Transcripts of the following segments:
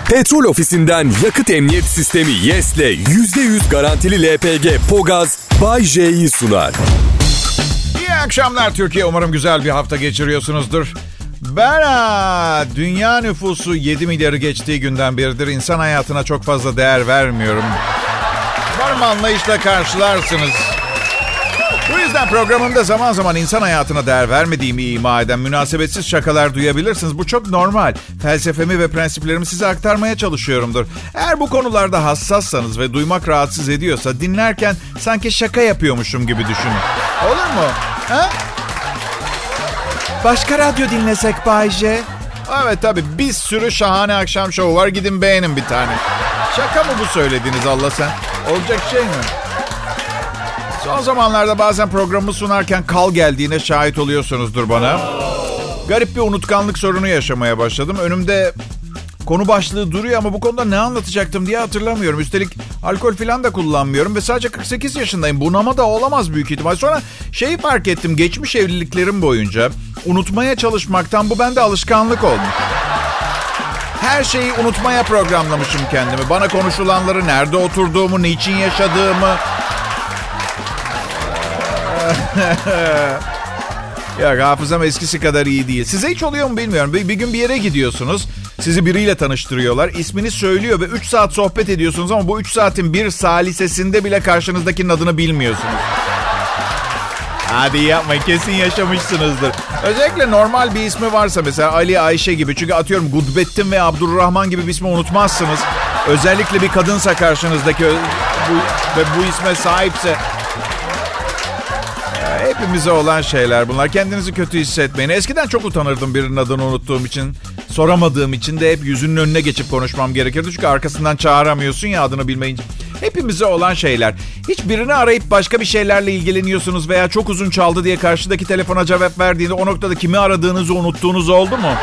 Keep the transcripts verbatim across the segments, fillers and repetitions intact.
Petrol Ofisi'nden yakıt emniyet sistemi Yes'le yüzde yüz garantili L P G Pogaz Bay J'yi sunar. İyi akşamlar Türkiye. Umarım güzel bir hafta geçiriyorsunuzdur. Ben ha, dünya nüfusu yedi milyarı geçtiği günden beridir insan hayatına çok fazla değer vermiyorum. Umarım anlayışla karşılarsınız. Bu yüzden programımda zaman zaman insan hayatına değer vermediğimi ima eden münasebetsiz şakalar duyabilirsiniz. Bu çok normal. Felsefemi ve prensiplerimi size aktarmaya çalışıyorumdur. Eğer bu konularda hassassanız ve duymak rahatsız ediyorsa dinlerken sanki şaka yapıyormuşum gibi düşünün. Olur mu? Ha? Başka radyo dinlesek Bay J? Evet tabii, bir sürü şahane akşam şovu var. Gidin beğenin bir tane. Şaka mı bu söylediğiniz Allah sen? Olacak şey mi? Son zamanlarda bazen programımı sunarken kal geldiğine şahit oluyorsunuzdur bana. Garip bir unutkanlık sorunu yaşamaya başladım. Önümde konu başlığı duruyor ama bu konuda ne anlatacaktım diye hatırlamıyorum. Üstelik alkol falan da kullanmıyorum ve sadece kırk sekiz yaşındayım. Bunama da olamaz büyük ihtimal. Sonra şeyi fark ettim, geçmiş evliliklerim boyunca unutmaya çalışmaktan bu bende alışkanlık olmuş. Her şeyi unutmaya programlamışım kendimi. Bana konuşulanları, nerede oturduğumu, niçin yaşadığımı... Ya hafızam eskisi kadar iyi değil. Size hiç oluyor mu bilmiyorum. Bir, bir gün bir yere gidiyorsunuz. Sizi biriyle tanıştırıyorlar. İsmini söylüyor ve üç saat sohbet ediyorsunuz ama bu üç saatin bir salisesinde bile karşınızdakinin adını bilmiyorsunuz. Hadi yapmayın, kesin yaşamışsınızdır. Özellikle normal bir ismi varsa, mesela Ali, Ayşe gibi. Çünkü atıyorum Gudbettin ve Abdurrahman gibi bir ismi unutmazsınız. Özellikle bir kadınsa karşınızdaki bu, ve bu isme sahipse... Hepimize olan şeyler bunlar. Kendinizi kötü hissetmeyin. Eskiden çok utanırdım birinin adını unuttuğum için. Soramadığım için de hep yüzünün önüne geçip konuşmam gerekirdi. Çünkü arkasından çağıramıyorsun ya adını bilmeyince. Hepimize olan şeyler. Hiç birini arayıp başka bir şeylerle ilgileniyorsunuz veya çok uzun çaldı diye karşıdaki telefona cevap verdiğinde o noktada kimi aradığınızı unuttuğunuz oldu mu?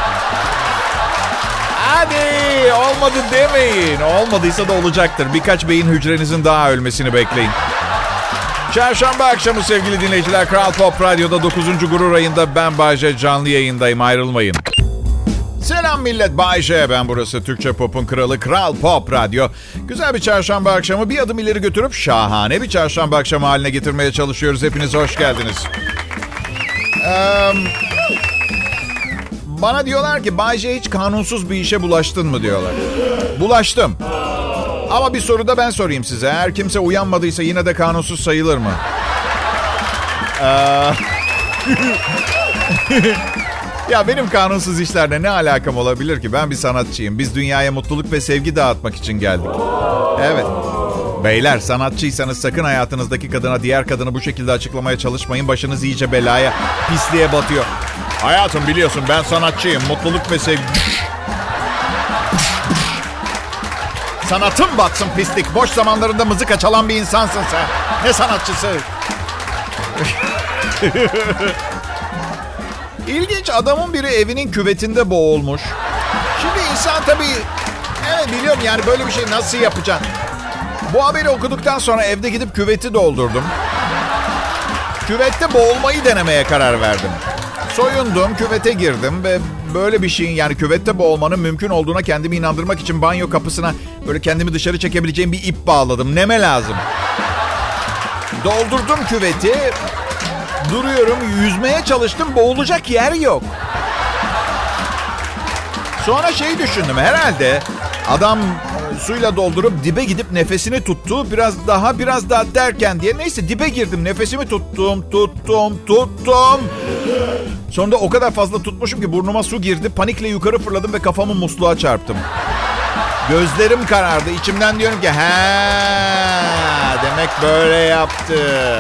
Hadi olmadı demeyin. Olmadıysa da olacaktır. Birkaç beyin hücrenizin daha ölmesini bekleyin. Çarşamba akşamı sevgili dinleyiciler, Kral Pop Radyo'da dokuzuncu gurur ayında ben Bay J canlı yayındayım, ayrılmayın. Selam millet, Bay J ben, burası Türkçe Pop'un kralı Kral Pop Radyo. Güzel bir çarşamba akşamı bir adım ileri götürüp şahane bir çarşamba akşamı haline getirmeye çalışıyoruz. Hepiniz hoş geldiniz. Ee, bana diyorlar ki Bay J hiç kanunsuz bir işe bulaştın mı diyorlar. Bulaştım. Ama bir soru da ben sorayım size. Eğer kimse uyanmadıysa yine de kanunsuz sayılır mı? Ee... ya benim kanunsuz işlerle ne alakam olabilir ki? Ben bir sanatçıyım. Biz dünyaya mutluluk ve sevgi dağıtmak için geldik. Evet. Beyler, sanatçıysanız sakın hayatınızdaki kadına diğer kadını bu şekilde açıklamaya çalışmayın. Başınız iyice belaya, pisliğe batıyor. Hayatım biliyorsun ben sanatçıyım. Mutluluk ve sevgi... Sanatım batsın pislik. Boş zamanlarında mızıka çalan bir insansın sen. Ne sanatçısı? İlginç, adamın biri evinin küvetinde boğulmuş. Şimdi insan tabii... Evet biliyorum yani böyle bir şey nasıl yapacaksın? Bu haberi okuduktan sonra evde gidip küveti doldurdum. Küvette boğulmayı denemeye karar verdim. Soyundum, küvete girdim ve böyle bir şeyin, yani küvette boğulmanın mümkün olduğuna kendimi inandırmak için banyo kapısına böyle kendimi dışarı çekebileceğim bir ip bağladım. Neme lazım? Doldurdum küveti, duruyorum, yüzmeye çalıştım, boğulacak yer yok. Sonra şeyi düşündüm, herhalde adam suyla doldurup dibe gidip nefesini tuttu. Biraz daha biraz daha derken diye. Neyse dibe girdim. Nefesimi tuttum. Tuttum. Tuttum. Sonunda o kadar fazla tutmuşum ki burnuma su girdi. Panikle yukarı fırladım ve kafamı musluğa çarptım. Gözlerim karardı. İçimden diyorum ki he, demek böyle yaptı.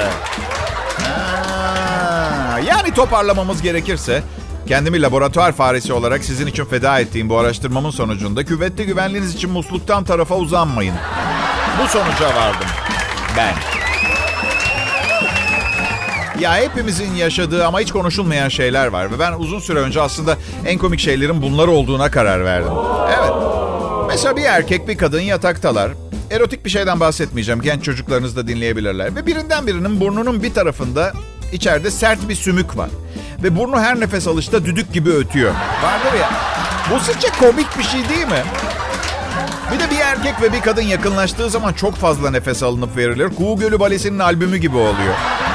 Ha. Yani toparlamamız gerekirse kendimi laboratuvar faresi olarak sizin için feda ettiğim bu araştırmamın sonucunda küvette güvenliğiniz için musluktan tarafa uzanmayın. Bu sonuca vardım ben. Ya hepimizin yaşadığı ama hiç konuşulmayan şeyler var. Ve ben uzun süre önce aslında en komik şeylerin bunlar olduğuna karar verdim. Evet. Mesela bir erkek bir kadın yataktalar. Erotik bir şeyden bahsetmeyeceğim. Genç çocuklarınız da dinleyebilirler. Ve birinden birinin burnunun bir tarafında içeride sert bir sümük var. Ve burnu her nefes alışta düdük gibi ötüyor. Vardır ya. Bu sizce komik bir şey değil mi? Bir de bir erkek ve bir kadın yakınlaştığı zaman çok fazla nefes alınıp verilir. Kuğu Gölü Balesi'nin albümü gibi oluyor.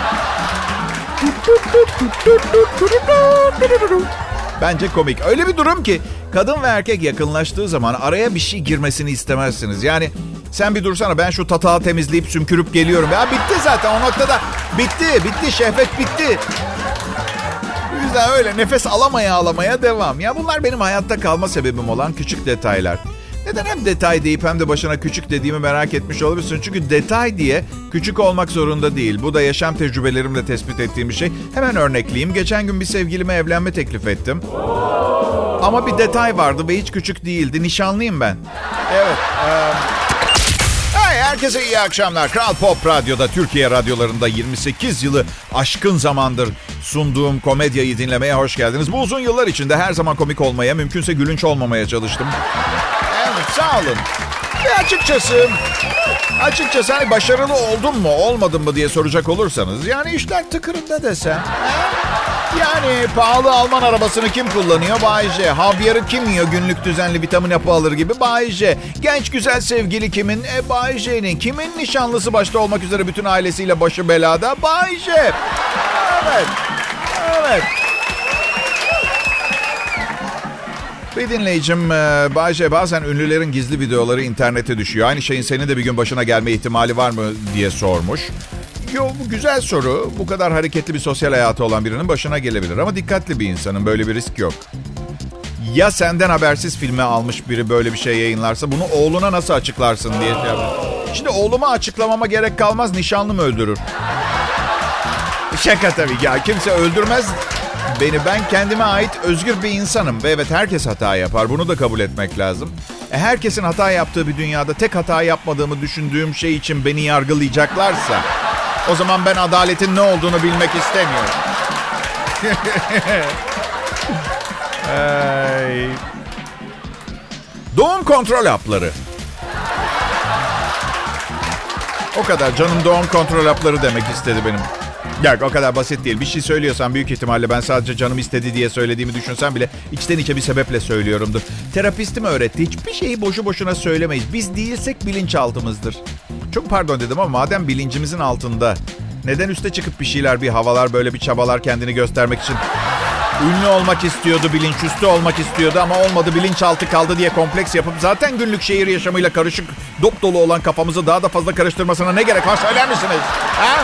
Bence komik. Öyle bir durum ki kadın ve erkek yakınlaştığı zaman araya bir şey girmesini istemezsiniz. Yani sen bir dursana, ben şu tatağı temizleyip sümkürüp geliyorum. Ya bitti zaten o noktada. Bitti, bitti, şehvet bitti. O yüzden öyle nefes alamaya alamaya devam. Ya bunlar benim hayatta kalma sebebim olan küçük detaylar. Neden hem detay deyip hem de başına küçük dediğimi merak etmiş olabilirsin. Çünkü detay diye küçük olmak zorunda değil. Bu da yaşam tecrübelerimle tespit ettiğim bir şey. Hemen örnekleyeyim. Geçen gün bir sevgilime evlenme teklif ettim. Ama bir detay vardı ve hiç küçük değildi. Nişanlıyım ben. Evet. E... Hey, herkese iyi akşamlar. Kral Pop Radyo'da, Türkiye radyolarında yirmi sekiz yılı aşkın zamandır sunduğum komedyayı dinlemeye hoş geldiniz. Bu uzun yıllar içinde her zaman komik olmaya, mümkünse gülünç olmamaya çalıştım. Evet, sağ olun. Ve açıkçası, açıkçası hani başarılı oldum mu, olmadım mı diye soracak olursanız, yani işler tıkırında desem. Yani pahalı Alman arabasını kim kullanıyor? Bay J. Havyarı kim yiyor günlük düzenli vitamin hapı alır gibi? Bay J. Genç güzel sevgili kimin? E, Bay J'nin. Kimin nişanlısı başta olmak üzere bütün ailesiyle başı belada? Bay J. Evet. Evet. Bir dinleyicim, Bay J, bazen ünlülerin gizli videoları internete düşüyor. Aynı şeyin senin de bir gün başına gelme ihtimali var mı diye sormuş. Yo, bu güzel soru. Bu kadar hareketli bir sosyal hayatı olan birinin başına gelebilir. Ama dikkatli bir insanın, böyle bir risk yok. Ya senden habersiz filme almış biri böyle bir şey yayınlarsa bunu oğluna nasıl açıklarsın diye şey yapıyor. Şimdi oğluma açıklamama gerek kalmaz, nişanlım öldürür. Şaka tabii ya, kimse öldürmez beni. Ben kendime ait özgür bir insanım. Ve evet, herkes hata yapar, bunu da kabul etmek lazım. E, herkesin hata yaptığı bir dünyada tek hata yapmadığımı düşündüğüm şey için beni yargılayacaklarsa... O zaman ben adaletin ne olduğunu bilmek istemiyorum. Ay. Doğum kontrol hapları. O kadar canım, doğum kontrol hapları demek istedi benim. Ya o kadar basit değil. Bir şey söylüyorsan büyük ihtimalle ben sadece canım istedi diye söylediğimi düşünsem bile içten içe bir sebeple söylüyorumdur. Terapistim öğretti. Hiçbir şeyi boşu boşuna söylemeyiz. Biz değilsek bilinçaltımızdır. Çok pardon dedim ama madem bilincimizin altında, neden üste çıkıp bir şeyler, bir havalar, böyle bir çabalar kendini göstermek için? Ünlü olmak istiyordu, bilinçüstü olmak istiyordu ama olmadı, bilinçaltı kaldı diye kompleks yapıp zaten günlük şehir yaşamıyla karışık, dop dolu olan kafamızı daha da fazla karıştırmasına ne gerek var, söyler misiniz? Ha?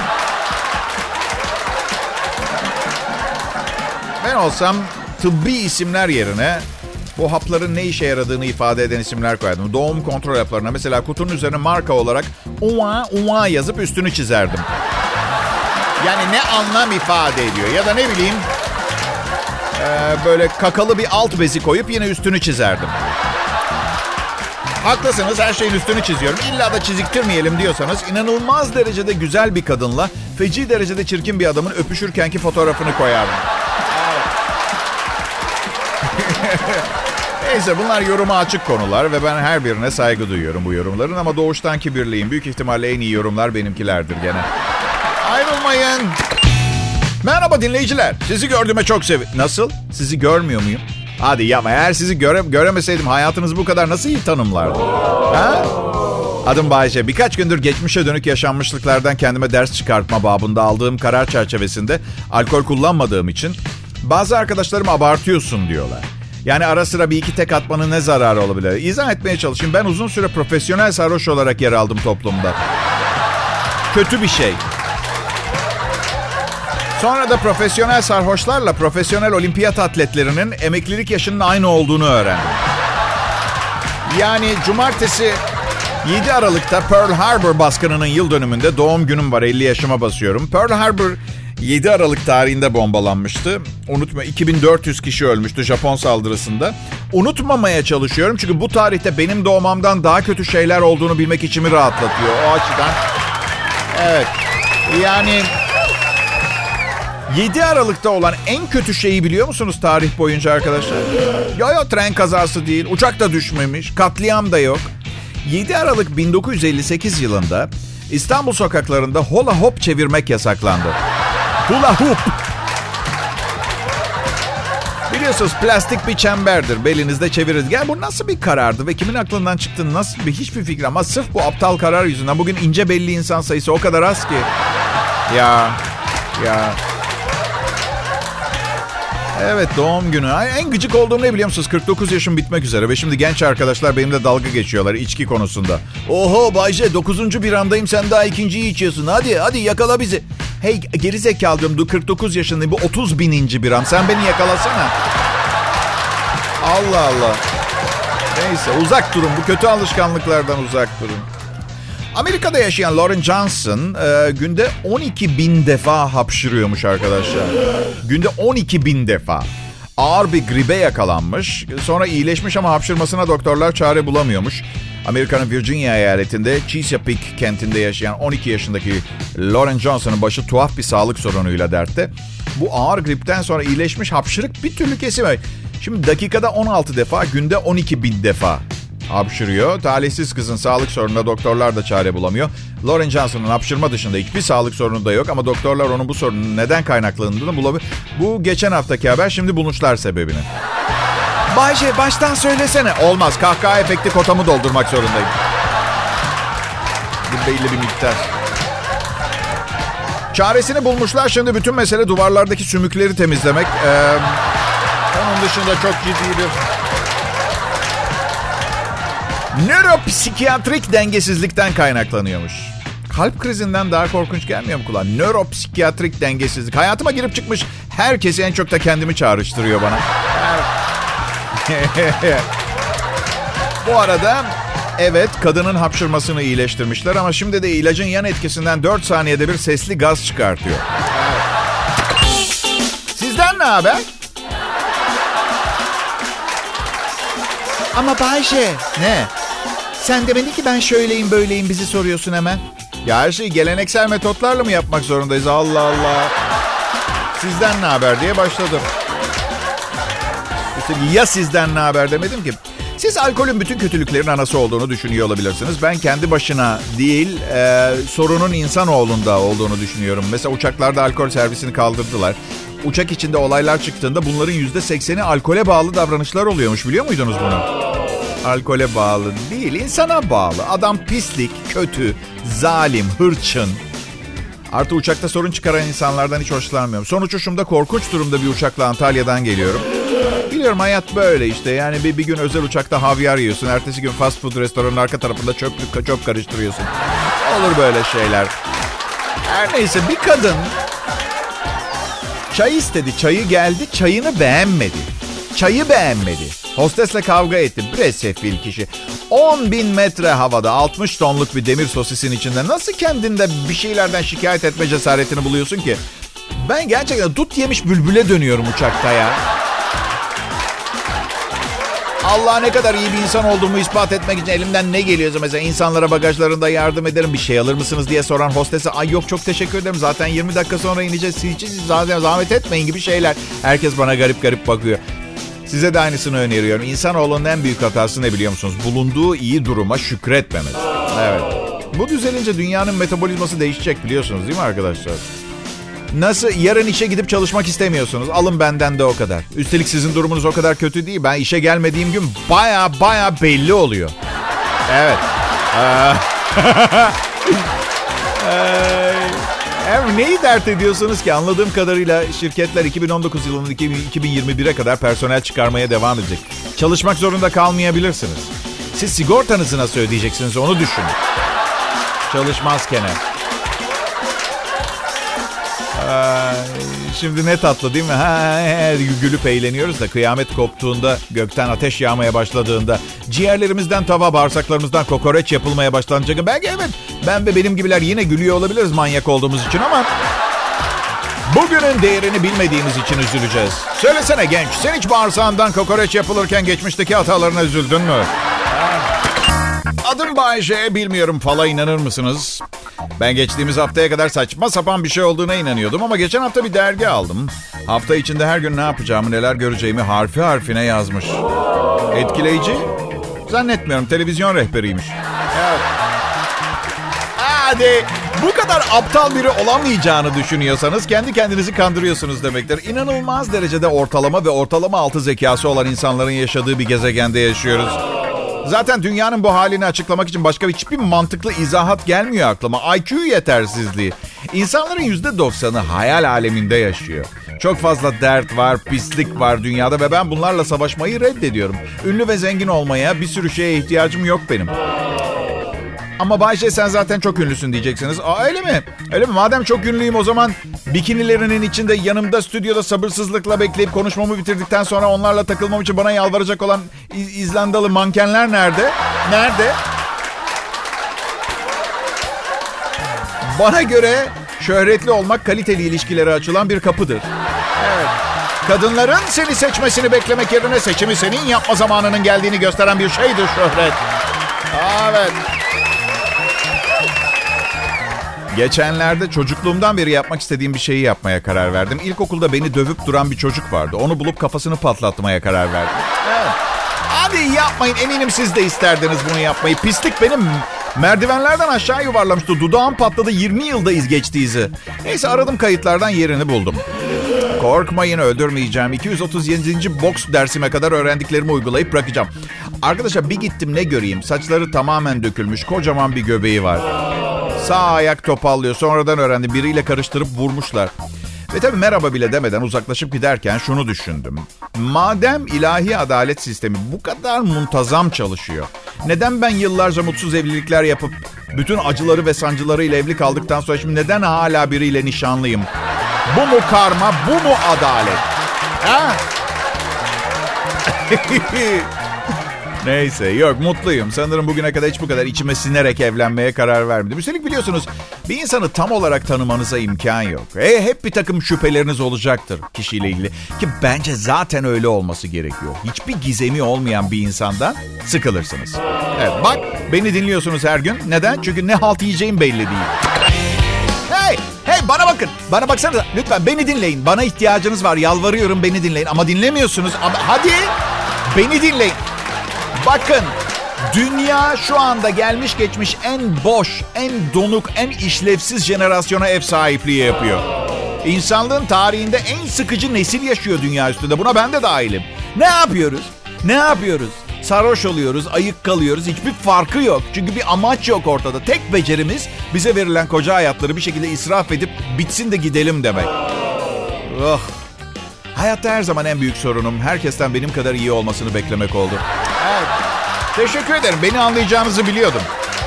Ben olsam tıbbi isimler yerine bu hapların ne işe yaradığını ifade eden isimler koyardım. Doğum kontrol haplarına mesela kutunun üzerine marka olarak uva uva yazıp üstünü çizerdim. Yani ne anlam ifade ediyor ya da ne bileyim e, böyle kakalı bir alt bezi koyup yine üstünü çizerdim. Haklısınız, her şeyin üstünü çiziyorum. İlla da çiziktirmeyelim diyorsanız inanılmaz derecede güzel bir kadınla feci derecede çirkin bir adamın öpüşürkenki fotoğrafını koyardım. Neyse, bunlar yoruma açık konular ve ben her birine saygı duyuyorum bu yorumların. Ama doğuştan kibirliyim. Büyük ihtimalle en iyi yorumlar benimkilerdir gene. Ayrılmayın. Merhaba dinleyiciler. Sizi gördüğüme çok sevindim. Nasıl? Sizi görmüyor muyum? Hadi yapma. Eğer sizi göre göremeseydim hayatınızı bu kadar nasıl iyi tanımlardım? Ha? Adım Bayce. Birkaç gündür geçmişe dönük yaşanmışlıklardan kendime ders çıkartma babında aldığım karar çerçevesinde alkol kullanmadığım için bazı arkadaşlarım abartıyorsun diyorlar. Yani ara sıra bir iki tek atmanın ne zararı olabilir? İzah etmeye çalışayım. Ben uzun süre profesyonel sarhoş olarak yer aldım toplumda. Kötü bir şey. Sonra da profesyonel sarhoşlarla profesyonel olimpiyat atletlerinin emeklilik yaşının aynı olduğunu öğrendim. Yani cumartesi yedi Aralık'ta Pearl Harbor baskınının yıl dönümünde doğum günüm var. elli yaşıma basıyorum. Pearl Harbor yedi Aralık tarihinde bombalanmıştı. Unutma, iki bin dört yüz kişi ölmüştü Japon saldırısında. Unutmamaya çalışıyorum çünkü bu tarihte benim doğmamdan daha kötü şeyler olduğunu bilmek içimi rahatlatıyor. O açıdan. Evet. Yani yedi Aralık'ta olan en kötü şeyi biliyor musunuz tarih boyunca arkadaşlar? Ya ya tren kazası değil, uçak da düşmemiş, katliam da yok. yedi Aralık bin dokuz yüz elli sekiz yılında İstanbul sokaklarında hula hop çevirmek yasaklandı. Hula hoop. Biliyorsunuz plastik bir çemberdir. Belinizde çeviririz. Gel bu nasıl bir karardı ve kimin aklından çıktı nasıl bir hiçbir fikir. Ama sırf bu aptal karar yüzünden bugün ince belli insan sayısı o kadar az ki. Ya, ya. Evet doğum günü. En gıcık olduğum ne biliyor musunuz? kırk dokuz yaşım bitmek üzere ve şimdi genç arkadaşlar benimle dalga geçiyorlar içki konusunda. Oho Bayce dokuzuncu biramdayım sen daha ikinciyi içiyorsun. Hadi hadi yakala bizi. Hey gerizekalı diyorum kırk dokuz yaşındayım bu otuz bininci biram. Sen beni yakalasana. Allah Allah. Neyse uzak durun bu kötü alışkanlıklardan uzak durun. Amerika'da yaşayan Lauren Johnson e, günde on iki bin defa hapşırıyormuş arkadaşlar. Günde on iki bin defa. Ağır bir gribe yakalanmış. Sonra iyileşmiş ama hapşırmasına doktorlar çare bulamıyormuş. Amerika'nın Virginia eyaletinde Chesapeake kentinde yaşayan on iki yaşındaki Lauren Johnson'ın başı tuhaf bir sağlık sorunuyla dertte. Bu ağır gripten sonra iyileşmiş hapşırık bir türlü kesemiyor. Şimdi dakikada on altı defa, günde on iki bin defa hapşırıyor. Talihsiz kızın sağlık sorununa doktorlar da çare bulamıyor. Lauren Johnson'ın hapşırma dışında hiçbir sağlık sorunu da yok ama doktorlar onun bu sorunun neden kaynaklandığını bulamıyor. Bu geçen haftaki haber, şimdi bulmuşlar sebebini. Bayce baştan söylesene. Olmaz, kahkaha efekti kotamı doldurmak zorundayım. Bir belli bir miktar. Çaresini bulmuşlar, şimdi bütün mesele duvarlardaki sümükleri temizlemek. Ee, onun dışında çok ciddi bir... Nöropsikiyatrik dengesizlikten kaynaklanıyormuş. Kalp krizinden daha korkunç gelmiyor mu kulağa? Nöropsikiyatrik dengesizlik. Hayatıma girip çıkmış herkesi, en çok da kendimi çağrıştırıyor bana. Bu arada evet, kadının hapşırmasını iyileştirmişler ama şimdi de ilacın yan etkisinden dört saniyede bir sesli gaz çıkartıyor. Sizden ne haber? Ama Bayce. Ne? Sen demedin ki ben şöyleyim böyleyim, bizi soruyorsun hemen. Ya her şeyi geleneksel metotlarla mı yapmak zorundayız? Allah Allah. Sizden ne haber diye başladım. Üstelik ya sizden ne haber demedim ki. Siz alkolün bütün kötülüklerin anası olduğunu düşünüyor olabilirsiniz. Ben kendi başına değil, e, sorunun insanoğlunda olduğunu düşünüyorum. Mesela uçaklarda alkol servisini kaldırdılar. Uçak içinde olaylar çıktığında bunların yüzde sekseni alkole bağlı davranışlar oluyormuş. Biliyor muydunuz bunu? Alkole bağlı değil, insana bağlı. Adam pislik, kötü, zalim, hırçın. Artı uçakta sorun çıkaran insanlardan hiç hoşlanmıyorum. Son uçuşumda korkunç durumda bir uçakla Antalya'dan geliyorum. Biliyorum hayat böyle işte. Yani bir, bir gün özel uçakta havyar yiyorsun. Ertesi gün fast food restoranın arka tarafında çöplük çöp karıştırıyorsun. Olur böyle şeyler. Her neyse, bir kadın çay istedi. Çayı geldi. Çayını beğenmedi. Çayı beğenmedi. Hostesle kavga etti. Bre sefil kişi. on bin metre havada altmış tonluk bir demir sosisin içinde nasıl kendinde bir şeylerden şikayet etme cesaretini buluyorsun ki? Ben gerçekten dut yemiş bülbüle dönüyorum uçakta ya. Allah, ne kadar iyi bir insan olduğumu ispat etmek için elimden ne geliyorsa, mesela insanlara bagajlarında yardım ederim, bir şey alır mısınız diye soran hostese ay yok çok teşekkür ederim zaten yirmi dakika sonra ineceğiz, siz için zaten zahmet etmeyin gibi şeyler. Herkes bana garip garip bakıyor. Size de aynısını öneriyorum. İnsanoğlunun en büyük hatası ne biliyor musunuz? Bulunduğu iyi duruma şükretmemesi. Evet. Bu düzelince dünyanın metabolizması değişecek, biliyorsunuz değil mi arkadaşlar? Nasıl yarın işe gidip çalışmak istemiyorsunuz? Alın benden de o kadar. Üstelik sizin durumunuz o kadar kötü değil. Ben işe gelmediğim gün baya baya belli oluyor. Evet. Ee, neyi dert ediyorsunuz ki? Anladığım kadarıyla şirketler iki bin on dokuz yılının iki bin yirmi bire kadar personel çıkarmaya devam edecek. Çalışmak zorunda kalmayabilirsiniz. Siz sigortanızı nasıl ödeyeceksiniz onu düşünün. Çalışmazken. Ee, şimdi ne tatlı değil mi? Ha, gülüp eğleniyoruz da kıyamet koptuğunda, gökten ateş yağmaya başladığında, ciğerlerimizden tava, bağırsaklarımızdan kokoreç yapılmaya başlanacak. Belki evet, ben ve benim gibiler yine gülüyor olabiliriz manyak olduğumuz için ama bugünün değerini bilmediğimiz için üzüleceğiz. Söylesene genç, sen hiç bağırsağından kokoreç yapılırken geçmişteki hatalarına üzüldün mü? Adım Bay J, bilmiyorum fala inanır mısınız? Ben geçtiğimiz haftaya kadar saçma sapan bir şey olduğuna inanıyordum ama geçen hafta bir dergi aldım. Hafta içinde her gün ne yapacağımı, neler göreceğimi harfi harfine yazmış. Etkileyici? Zannetmiyorum, televizyon rehberiymiş. Evet. Hadi, bu kadar aptal biri olamayacağını düşünüyorsanız kendi kendinizi kandırıyorsunuz demektir. İnanılmaz derecede ortalama ve ortalama altı zekası olan insanların yaşadığı bir gezegende yaşıyoruz. Zaten dünyanın bu halini açıklamak için başka hiçbir mantıklı izahat gelmiyor aklıma. I Q yetersizliği. İnsanların yüzde doksanı hayal aleminde yaşıyor. Çok fazla dert var, pislik var dünyada ve ben bunlarla savaşmayı reddediyorum. Ünlü ve zengin olmaya, bir sürü şeye ihtiyacım yok benim. Ama Bayşe sen zaten çok ünlüsün diyeceksiniz. Aa öyle mi? Öyle mi? Madem çok ünlüyüm o zaman bikinilerinin içinde yanımda stüdyoda sabırsızlıkla bekleyip konuşmamı bitirdikten sonra onlarla takılmam için bana yalvaracak olan İz- İzlandalı mankenler nerede? Nerede? Bana göre şöhretli olmak kaliteli ilişkilere açılan bir kapıdır. Evet. Kadınların seni seçmesini beklemek yerine seçimi senin yapma zamanının geldiğini gösteren bir şeydir şöhret. Evet. Geçenlerde çocukluğumdan beri yapmak istediğim bir şeyi yapmaya karar verdim. İlkokulda beni dövüp duran bir çocuk vardı. Onu bulup kafasını patlatmaya karar verdim. Evet. Hadi yapmayın. Eminim siz de isterdiniz bunu yapmayı. Pislik benim merdivenlerden aşağı yuvarlamıştı. Dudağım patladı. yirmi yılda iz geçti izi. Neyse aradım kayıtlardan yerini buldum. Korkmayın öldürmeyeceğim. iki yüz otuz yedinci boks dersime kadar öğrendiklerimi uygulayıp bırakacağım. Arkadaşlar bir gittim ne göreyim. Saçları tamamen dökülmüş. Kocaman bir göbeği var. Sağ ayak topallıyor. Sonradan öğrendim. Biriyle karıştırıp vurmuşlar. Ve tabii merhaba bile demeden uzaklaşıp giderken şunu düşündüm. Madem ilahi adalet sistemi bu kadar muntazam çalışıyor, neden ben yıllarca mutsuz evlilikler yapıp bütün acıları ve sancılarıyla evli kaldıktan sonra şimdi neden hala biriyle nişanlıyım? Bu mu karma, bu mu adalet? Ha? Neyse yok mutluyum. Sanırım bugüne kadar hiç bu kadar içime sinerek evlenmeye karar vermedim. Üstelik biliyorsunuz bir insanı tam olarak tanımanıza imkan yok. E, hep bir takım şüpheleriniz olacaktır kişiyle ilgili. Ki bence zaten öyle olması gerekiyor. Hiçbir gizemi olmayan bir insandan sıkılırsınız. Evet bak beni dinliyorsunuz her gün. Neden? Çünkü ne halt yiyeceğim belli değil. Hey! Hey bana bakın. Bana baksanıza. Lütfen beni dinleyin. Bana ihtiyacınız var. Yalvarıyorum beni dinleyin. Ama dinlemiyorsunuz. Ama hadi beni dinleyin. Bakın, dünya şu anda gelmiş geçmiş en boş, en donuk, en işlevsiz jenerasyona ev sahipliği yapıyor. İnsanlığın tarihinde en sıkıcı nesil yaşıyor dünya üstünde. Buna ben de dahilim. Ne yapıyoruz? Ne yapıyoruz? Sarhoş oluyoruz, ayık kalıyoruz. Hiçbir farkı yok. Çünkü bir amaç yok ortada. Tek becerimiz bize verilen koca hayatları bir şekilde israf edip bitsin de gidelim demek. Oh. Hayatta her zaman en büyük sorunum herkesten benim kadar iyi olmasını beklemek oldu. Evet. Teşekkür ederim. Beni anlayacağınızı biliyordum.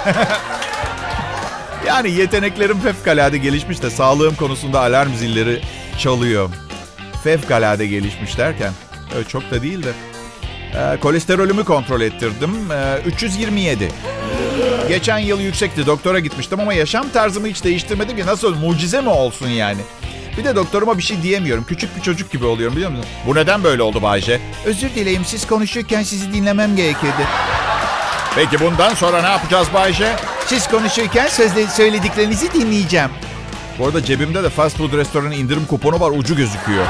Yani yeteneklerim fevkalade gelişmiş de sağlığım konusunda alarm zilleri çalıyor. Fevkalade gelişmiş derken öyle çok da değil de. Ee, kolesterolümü kontrol ettirdim. Ee, üç yüz yirmi yedi. Geçen yıl yüksekti. Doktora gitmiştim ama yaşam tarzımı hiç değiştirmedim ki nasıl mucize mi olsun yani? Bir de doktoruma bir şey diyemiyorum. Küçük bir çocuk gibi oluyorum biliyor musun? Bu neden böyle oldu Bayce? Özür dileyim siz konuşurken sizi dinlemem gerekirdi. Peki bundan sonra ne yapacağız Bayce? Siz konuşurken sözle- söylediklerinizi dinleyeceğim. Bu arada cebimde de fast food restoranı indirim kuponu var ucu gözüküyor.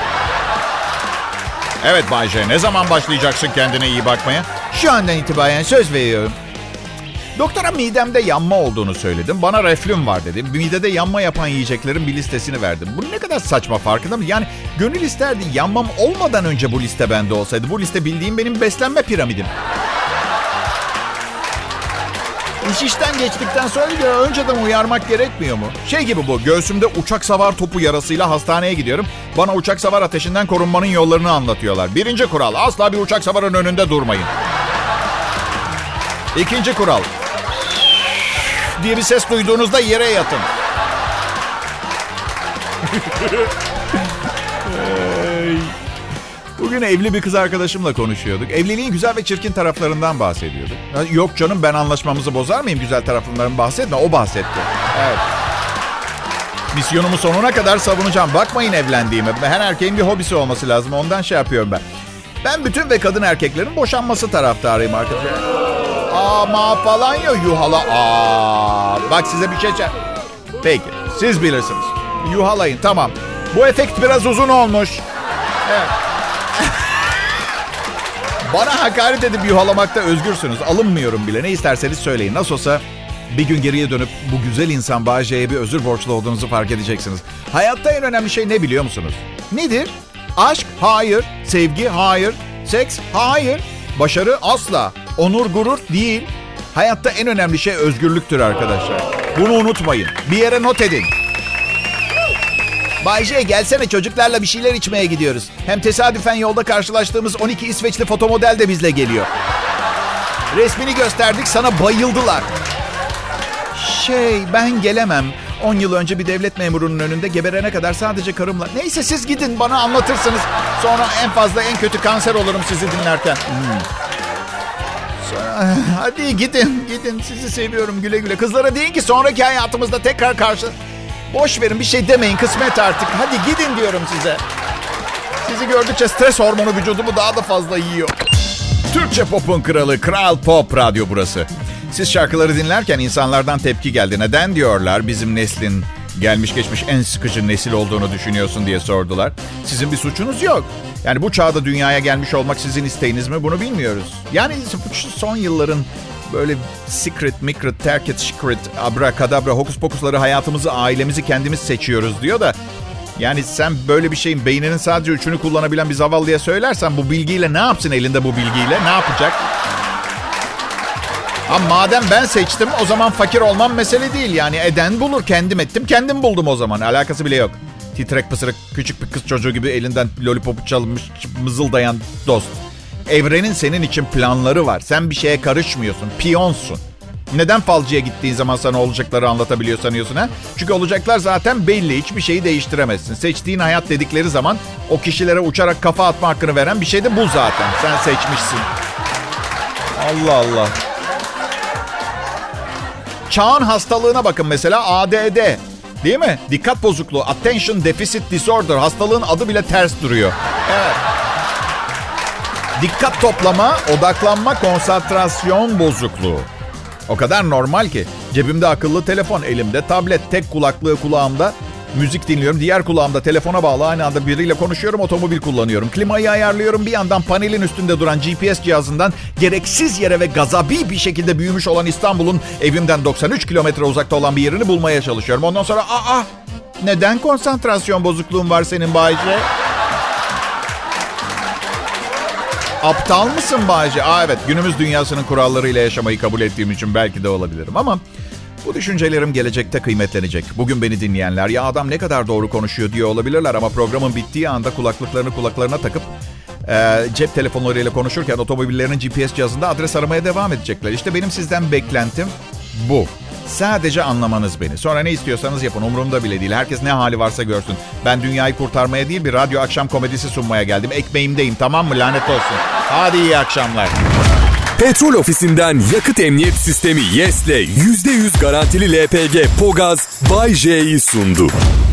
Evet Bayce ne zaman başlayacaksın kendine iyi bakmaya? Şu andan itibaren söz veriyorum. Doktora midemde yanma olduğunu söyledim. Bana reflüm var dedim. Midede yanma yapan yiyeceklerin bir listesini verdim. Bu ne kadar saçma farkında mısın? Yani gönül isterdi yanmam olmadan önce bu liste bende olsaydı. Bu liste bildiğim benim beslenme piramidim. İş işten geçtikten sonra önceden uyarmak gerekmiyor mu? Şey gibi bu, göğsümde uçak savar topu yarasıyla hastaneye gidiyorum. Bana uçak savar ateşinden korunmanın yollarını anlatıyorlar. Birinci kural, asla bir uçak savarın önünde durmayın. İkinci kural, diye bir ses duyduğunuzda yere yatın. Bugün evli bir kız arkadaşımla konuşuyorduk. Evliliğin güzel ve çirkin taraflarından bahsediyorduk. Yok canım ben anlaşmamızı bozar mıyım güzel taraflarından bahsetme. O bahsetti. Evet. Misyonumu sonuna kadar savunacağım. Bakmayın evlendiğime. Her erkeğin bir hobisi olması lazım. Ondan şey yapıyorum ben. Ben bütün ve kadın erkeklerin boşanması taraftarıyım arkadaşlar. Ama falan ya yuhala. Aa, bak size bir şey... Peki siz bilirsiniz. Yuhalayın tamam. Bu efekt biraz uzun olmuş. Evet. Bana hakaret edip yuhalamakta özgürsünüz. Alınmıyorum bile. Ne isterseniz söyleyin. Nasıl olsa Bir gün geriye dönüp bu güzel insan Bay J'ye bir özür borçlu olduğunuzu fark edeceksiniz. Hayatta en önemli şey ne biliyor musunuz? Nedir? Aşk? Hayır. Sevgi? Hayır. Seks? Hayır. Başarı? Asla. Onur, gurur? Değil. Hayatta en önemli şey özgürlüktür arkadaşlar. Bunu unutmayın. Bir yere not edin. Bay J, gelsene, çocuklarla bir şeyler içmeye gidiyoruz. Hem tesadüfen yolda karşılaştığımız on iki İsveçli fotomodel de bizle geliyor. Resmini gösterdik, sana bayıldılar. Şey, ben gelemem. on yıl önce bir devlet memurunun önünde geberene kadar sadece karımla... Neyse, siz gidin, bana anlatırsınız. Sonra en fazla en kötü kanser olurum sizi dinlerken. Hmm. Sonra, hadi gidin, gidin. Sizi seviyorum, güle güle. Kızlara deyin ki sonraki hayatımızda tekrar karşı... Boş verin, bir şey demeyin, kısmet artık. Hadi gidin diyorum size. Sizi gördükçe stres hormonu vücudumu daha da fazla yiyor. Türkçe pop'un kralı, Kral Pop Radyo burası. Siz şarkıları dinlerken insanlardan tepki geldi. Neden diyorlar bizim neslin gelmiş geçmiş en sıkıcı nesil olduğunu düşünüyorsun diye sordular. Sizin bir suçunuz yok. Yani bu çağda dünyaya gelmiş olmak sizin isteğiniz mi, bunu bilmiyoruz. Yani bu son yılların böyle secret, mikret, terk et, secret, abrakadabra, hokus pokusları hayatımızı, ailemizi kendimiz seçiyoruz diyor da... Yani sen böyle bir şeyin beyninin sadece üçünü kullanabilen bir zavallıya söylersen bu bilgiyle ne yapsın elinde bu bilgiyle? Ne yapacak? Ama madem ben seçtim o zaman fakir olmam mesele değil. Yani eden bulur, kendim ettim, kendim buldum o zaman. Alakası bile yok. Titrek pısırık küçük bir kız çocuğu gibi elinden lollipopu çalınmış mızıldayan dost. Evrenin senin için planları var. Sen bir şeye karışmıyorsun, piyonsun. Neden falcıya gittiğin zaman sana olacakları anlatabiliyor sanıyorsun ha? Çünkü olacaklar zaten belli. Hiçbir şeyi değiştiremezsin. Seçtiğin hayat dedikleri zaman o kişilere uçarak kafa atma hakkını veren bir şey de bu zaten. Sen seçmişsin. Allah Allah. Çağın hastalığına bakın mesela, A D D. Değil mi? Dikkat bozukluğu. Attention Deficit Disorder. Hastalığın adı bile ters duruyor. Evet. Dikkat toplama, odaklanma, konsantrasyon bozukluğu. O kadar normal ki. Cebimde akıllı telefon, elimde tablet, tek kulaklığı kulağımda müzik dinliyorum. Diğer kulağımda telefona bağlı aynı anda biriyle konuşuyorum, otomobil kullanıyorum. Klimayı ayarlıyorum, bir yandan panelin üstünde duran G P S cihazından gereksiz yere ve gazabi bir şekilde büyümüş olan İstanbul'un evimden doksan üç kilometre uzakta olan bir yerini bulmaya çalışıyorum. Ondan sonra aa, neden konsantrasyon bozukluğun var senin Bayce? Aptal mısın Bayce? Aa evet, günümüz dünyasının kurallarıyla yaşamayı kabul ettiğim için belki de olabilirim ama bu düşüncelerim gelecekte kıymetlenecek. Bugün beni dinleyenler ya adam ne kadar doğru konuşuyor diyor olabilirler ama programın bittiği anda kulaklıklarını kulaklarına takıp e, cep telefonlarıyla konuşurken otomobillerinin G P S cihazında adres aramaya devam edecekler. İşte benim sizden beklentim bu. Sadece anlamanız beni. Sonra ne istiyorsanız yapın. Umurumda bile değil. Herkes ne hali varsa görsün. Ben dünyayı kurtarmaya değil bir radyo akşam komedisi sunmaya geldim. Ekmeğimdeyim, tamam mı? Lanet olsun. Hadi iyi akşamlar. Petrol Ofisi'nden yakıt emniyet sistemi Yes'le yüzde yüz garantili L P G Pogaz Bay J'yi sundu.